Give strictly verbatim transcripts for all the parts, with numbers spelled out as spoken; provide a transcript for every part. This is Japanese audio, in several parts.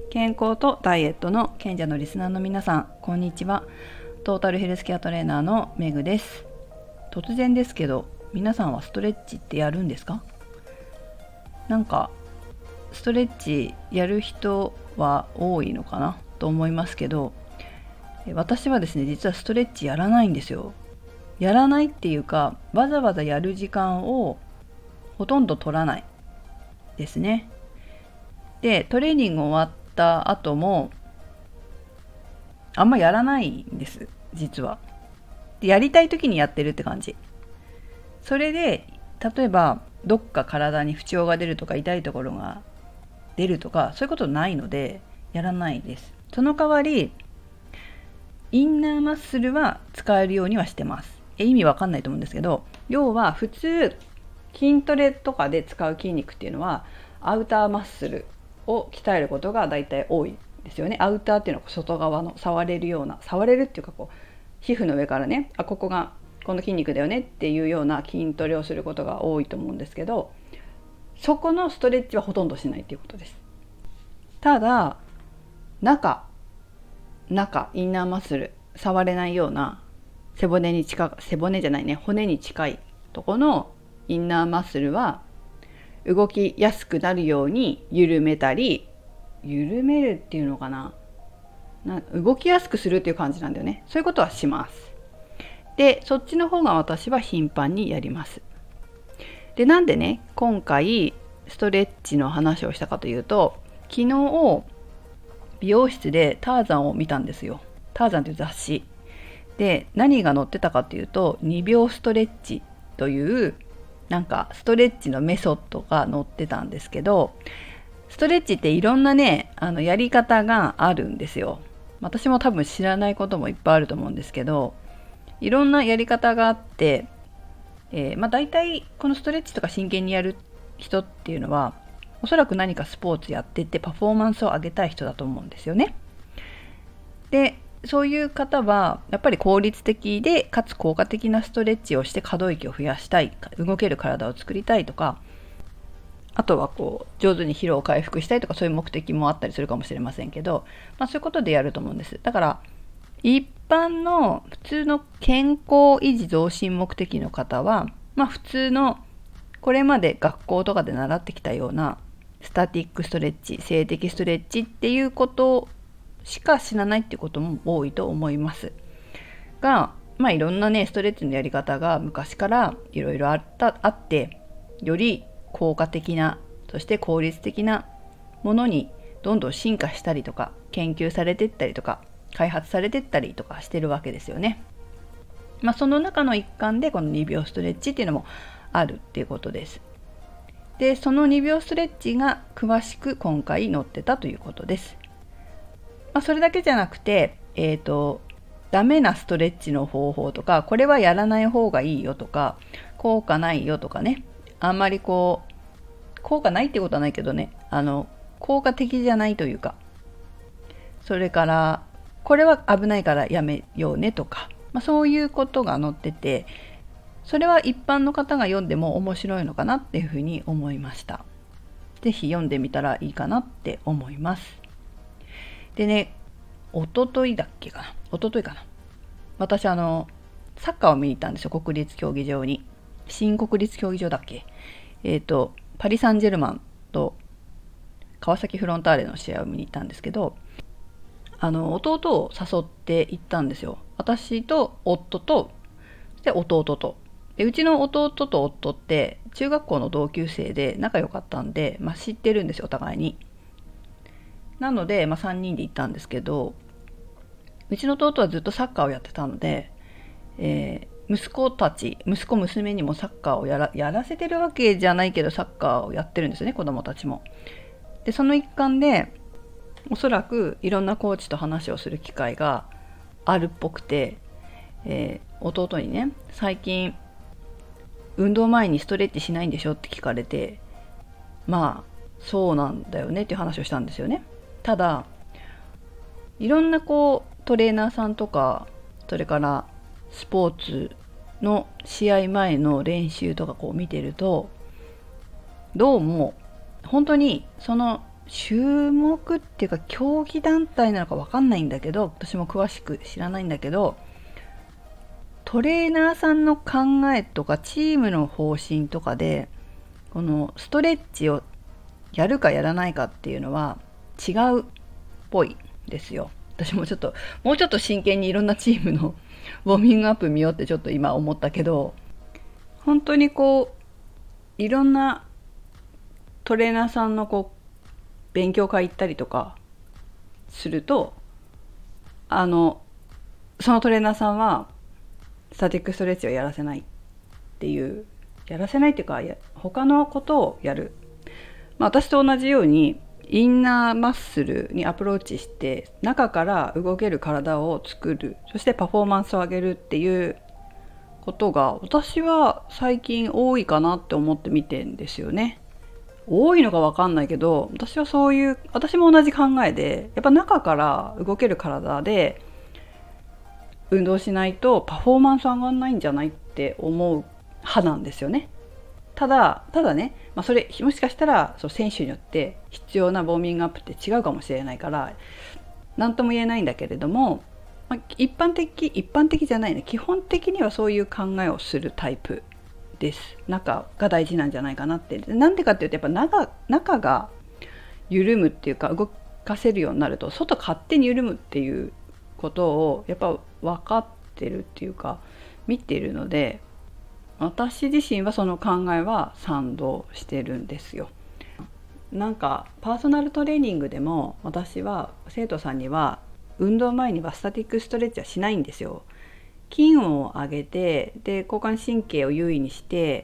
健康とダイエットの賢者のリスナーの皆さん、こんにちは。トータルヘルスケアトレーナーのメグです。突然ですけど、皆さんはストレッチってやるんですか？なんかストレッチやる人は多いのかなと思いますけど、私はですね、実はストレッチやらないんですよ。やらないっていうか、わざわざやる時間をほとんど取らないですね。で、トレーニング終わった後もあんまやらないんです、実は。で、やりたい時にやってるって感じ。それで、例えばどっか体に不調が出るとか痛いところが出るとかそういうことないのでやらないです。その代わりインナーマッスルは使えるようにはしてます。え意味わかんないと思うんですけど、要は普通筋トレとかで使う筋肉っていうのはアウターマッスルを鍛えることがだいたい多いですよね。アウターっていうのは外側の触れるような、触れるっていうかこう皮膚の上からね、あここがこの筋肉だよねっていうような筋トレをすることが多いと思うんですけど、そこのストレッチはほとんどしないっていうことです。ただ中中インナーマッスル、触れないような背骨に近い背骨じゃないね骨に近いとこのインナーマッスルは動きやすくなるように緩めたり、緩めるっていうのかな、な動きやすくするっていう感じなんだよね。そういうことはします。で、そっちの方が私は頻繁にやります。で、なんでね今回ストレッチの話をしたかというと、昨日美容室でターザンを見たんですよ。ターザンという雑誌で何が載ってたかというと、にびょうストレッチというなんかストレッチのメソッドが載ってたんですけど、ストレッチっていろんなねあのやり方があるんですよ。私も多分知らないこともいっぱいあると思うんですけど、いろんなやり方があって、えー、まあ大体このストレッチとか真剣にやる人っていうのはおそらく何かスポーツやっててパフォーマンスを上げたい人だと思うんですよね。で、そういう方はやっぱり効率的でかつ効果的なストレッチをして可動域を増やしたい、動ける体を作りたいとか、あとはこう上手に疲労を回復したいとか、そういう目的もあったりするかもしれませんけど、まあ、そういうことでやると思うんです。だから一般の普通の健康維持増進目的の方は、まあ、普通のこれまで学校とかで習ってきたようなスタティックストレッチ、静的ストレッチっていうことしか知らないっていうことも多いと思いますが、まあいろんなねストレッチのやり方が昔からいろいろあったあってより効果的な、そして効率的なものにどんどん進化したりとか研究されていったりとか開発されていったりとかしてるわけですよね。まあその中の一環でこのにびょうストレッチっていうのもあるっていうことです。で、そのにびょうストレッチが詳しく今回載ってたということです。まあ、それだけじゃなくて、えーと、ダメなストレッチの方法とか、これはやらない方がいいよとか、効果ないよとかね、あんまりこう、効果ないってことはないけどね、あの、効果的じゃないというか、それから、これは危ないからやめようねとか、まあ、そういうことが載ってて、それは一般の方が読んでも面白いのかなっていうふうに思いました。ぜひ読んでみたらいいかなって思います。でね、おとといだっけかな、おとといかな。私あのサッカーを見に行ったんですよ、国立競技場に。新国立競技場だっけ。えっとパリ・サンジェルマンと川崎フロンターレの試合を見に行ったんですけど、あの弟を誘って行ったんですよ。私と夫とで弟と。でうちの弟と夫って中学校の同級生で仲良かったんで、まあ、知ってるんですよお互いに。なので、まあ、さんにんで行ったんですけど、うちの弟はずっとサッカーをやってたので、えー、息子たち息子娘にもサッカーをやら、やらせてるわけじゃないけどサッカーをやってるんですよね、子供たちも。でその一環でおそらくいろんなコーチと話をする機会があるっぽくて、えー、弟にね、最近運動前にストレッチしないんでしょって聞かれて、まあそうなんだよねっていう話をしたんですよね。ただいろんなこうトレーナーさんとか、それからスポーツの試合前の練習とかこう見てると、どうも本当にその種目っていうか競技団体なのか分かんないんだけど、私も詳しく知らないんだけど、トレーナーさんの考えとかチームの方針とかでこのストレッチをやるかやらないかっていうのは違うっぽいですよ。私もちょっともうちょっと真剣にいろんなチームのウォーミングアップ見ようってちょっと今思ったけど、本当にこういろんなトレーナーさんのこう勉強会行ったりとかすると、あのそのトレーナーさんはスタティックストレッチをやらせないっていうやらせないっていうか他のことをやる、まあ、私と同じようにインナーマッスルにアプローチして中から動ける体を作る、そしてパフォーマンスを上げるっていうことが私は最近多いかなって思って見てんですよね。多いのか分かんないけど、私はそういう私も同じ考えで、やっぱ中から動ける体で運動しないとパフォーマンス上がんないんじゃないって思う派なんですよね。ただただね、まあ、それもしかしたらそう選手によって必要なウォーミングアップって違うかもしれないから何とも言えないんだけれども、まあ、一般的一般的じゃないね、基本的にはそういう考えをするタイプです。中が大事なんじゃないかなって。なんでかっていうと、やっぱ 中, 中が緩むっていうか動かせるようになると外勝手に緩むっていうことをやっぱ分かってるっていうか見ているので、私自身はその考えは賛同してるんですよ。なんかパーソナルトレーニングでも私は生徒さんには運動前にはスタティックストレッチはしないんですよ。筋を上げて、で交感神経を優位にして、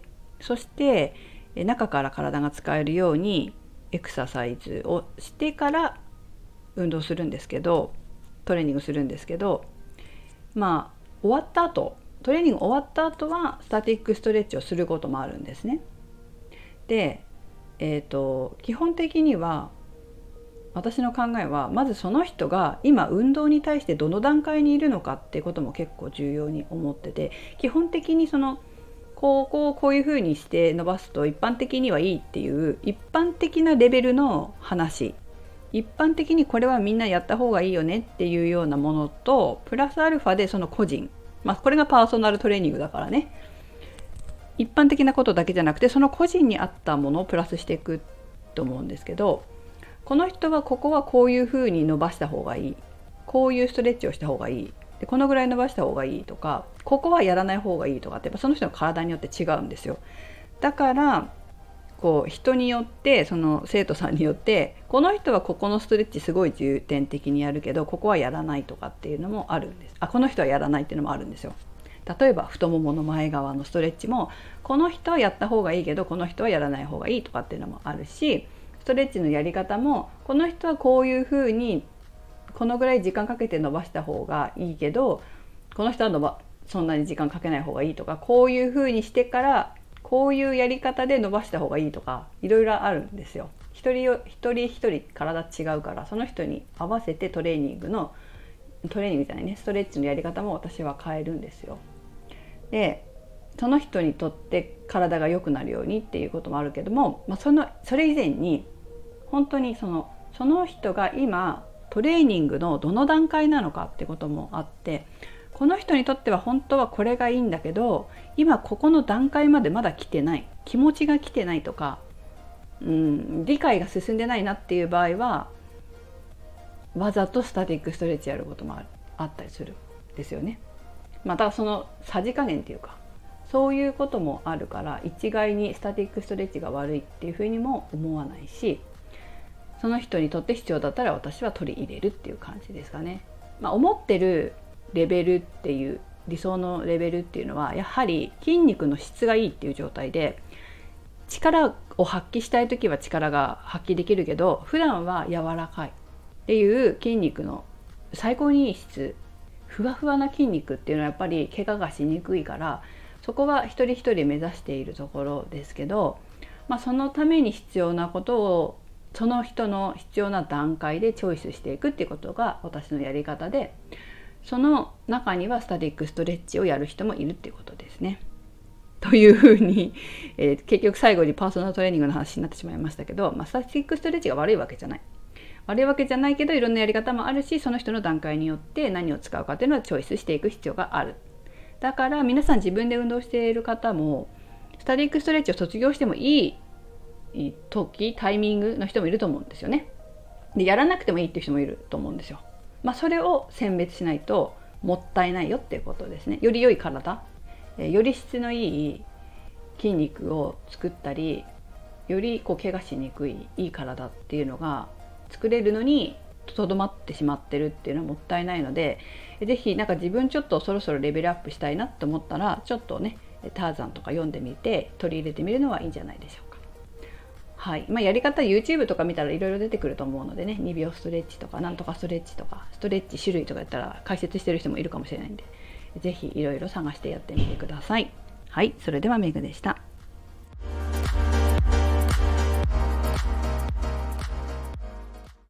そして中から体が使えるようにエクササイズをしてから運動するんですけど、トレーニングするんですけど、まあ終わった後トレーニング終わった後はスタティックストレッチをすることもあるんですね。で、えーと、基本的には私の考えはまずその人が今運動に対してどの段階にいるのかっていうことも結構重要に思ってて、基本的にそのこうこうこういう風にして伸ばすと一般的にはいいっていう一般的なレベルの話、一般的にこれはみんなやった方がいいよねっていうようなものとプラスアルファでその個人、まあ、これがパーソナルトレーニングだからね、一般的なことだけじゃなくてその個人に合ったものをプラスしていくと思うんですけど、この人はここはこういう風に伸ばした方がいい、こういうストレッチをした方がいい、でこのぐらい伸ばした方がいいとか、ここはやらない方がいいとかってやっぱその人の体によって違うんですよ。だからこう人によってその生徒さんによってこの人はここのストレッチすごい重点的にやるけどここはやらないとかっていうのもあるんです。あ、この人はやらないっていうのもあるんですよ。例えば太ももの前側のストレッチもこの人はやった方がいいけどこの人はやらない方がいいとかっていうのもあるし、ストレッチのやり方もこの人はこういう風にこのぐらい時間かけて伸ばした方がいいけどこの人は伸ばそんなに時間かけない方がいいとか、こういう風にしてからこういうやり方で伸ばした方がいいとかいろいろあるんですよ。一人一人一人体違うからその人に合わせてトレーニングのトレーニングじゃないねストレッチのやり方も私は変えるんですよ。でその人にとって体が良くなるようにっていうこともあるけども、まあ、そのそれ以前に本当にそのその人が今トレーニングのどの段階なのかってこともあって、この人にとっては本当はこれがいいんだけど今ここの段階までまだ来てない、気持ちが来てないとか、うん、理解が進んでないなっていう場合はわざとスタティックストレッチやることも あ, あったりするんですよね。またそのさじ加減っていうかそういうこともあるから一概にスタティックストレッチが悪いっていうふうにも思わないし、その人にとって必要だったら私は取り入れるっていう感じですかね。まあ、思ってるレベルっていう理想のレベルっていうのはやはり筋肉の質がいいっていう状態で、力を発揮したい時は力が発揮できるけど普段は柔らかいっていう筋肉の最高にいい質、ふわふわな筋肉っていうのはやっぱり怪我がしにくいから、そこが一人一人目指しているところですけど、まあ、そのために必要なことをその人の必要な段階でチョイスしていくっていうことが私のやり方で、その中にはスタティックストレッチをやる人もいるっていうことですね。 というふうに、えー、結局最後にパーソナルトレーニングの話になってしまいましたけど、まあ、スタティックストレッチが悪いわけじゃない悪いわけじゃないけど、いろんなやり方もあるし、その人の段階によって何を使うかっていうのはチョイスしていく必要がある。だから皆さん自分で運動している方もスタティックストレッチを卒業してもいい時タイミングの人もいると思うんですよね。でやらなくてもいいっていう人もいると思うんですよ。まあ、それを選別しないともったいないよっていうことですね。より良い体、より質のいい筋肉を作ったり、よりこう怪我しにくいいい体っていうのが作れるのにとどまってしまってるっていうのはもったいないので、ぜひなんか自分ちょっとそろそろレベルアップしたいなと思ったら、ちょっとねターザンとか読んでみて取り入れてみるのはいいんじゃないでしょうか。はいまあ、やり方 YouTube とか見たらいろいろ出てくると思うのでね、にびょうストレッチとかなんとかストレッチとかストレッチ種類とかやったら解説してる人もいるかもしれないんで、ぜひいろいろ探してやってみてください。はい、それではメグでした。